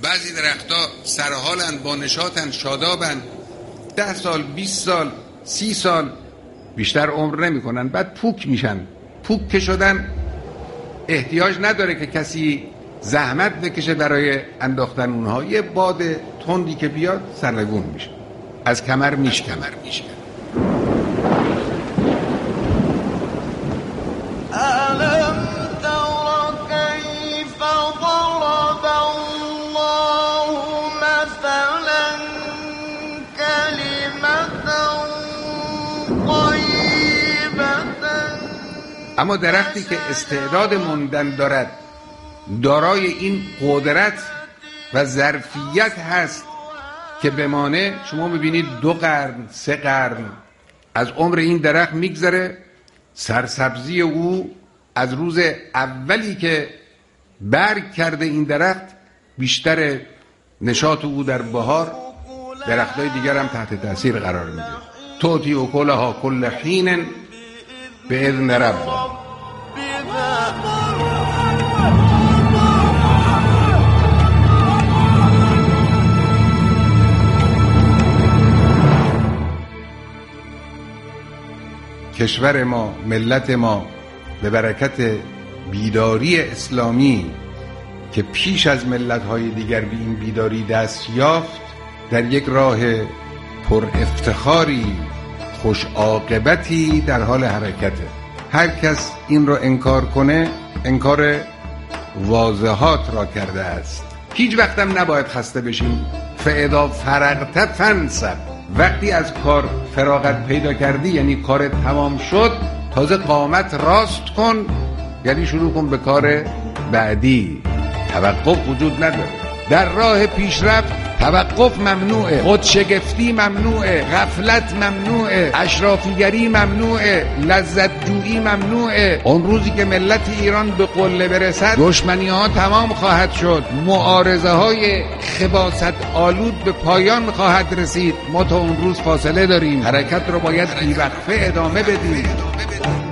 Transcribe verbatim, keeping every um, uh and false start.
بعضی درختها سرحالن، با نشاطن، شادابن، ده سال، بیست سال، سی سال بیشتر عمر نمی کنن، بعد پوک میشن. پوک که شدن احتیاج نداره که کسی زحمت بکشه برای انداختن اونها، یه باد تندی که بیاد سرنگون میشه، از کمر میشکنه. اما درختی که استعداد موندن دارد، دارای این قدرت و ظرفیت هست که بمانه، شما ببینید دو قرن، سه قرن از عمر این درخت میگذره، سرسبزی او از روز اولی که برگ کرده این درخت بیشتر، نشاط او در بهار درختای دیگر هم تحت تاثیر قرار میده. توتی و کلها کل حین به اذن ربا. کشور ما، ملت ما به برکت بیداری اسلامی که پیش از ملت‌های دیگر به این بیداری دست یافت، در یک راه پر افتخاری، خوش عاقبتی در حال حرکته. هر کس این رو انکار کنه انکار واضحات را کرده است. هیچ وقتم نباید خسته بشیم. فاذا فرغت فانصب، وقتی از کار فراغت پیدا کردی یعنی کار تمام شد، تازه قامت راست کن، یعنی شروع کن به کار بعدی. توقف وجود نداره در راه پیشرفت. توقف ممنوعه، خودشگفتی ممنوعه، غفلت ممنوعه، اشرافیگری ممنوعه، لذت جویی ممنوعه. اون روزی که ملت ایران به قله برسد، دشمنی ها تمام خواهد شد، معارضه های خباثت آلود به پایان خواهد رسید. ما تا اون روز فاصله داریم، حرکت رو باید بی‌وقفه ادامه بدیم.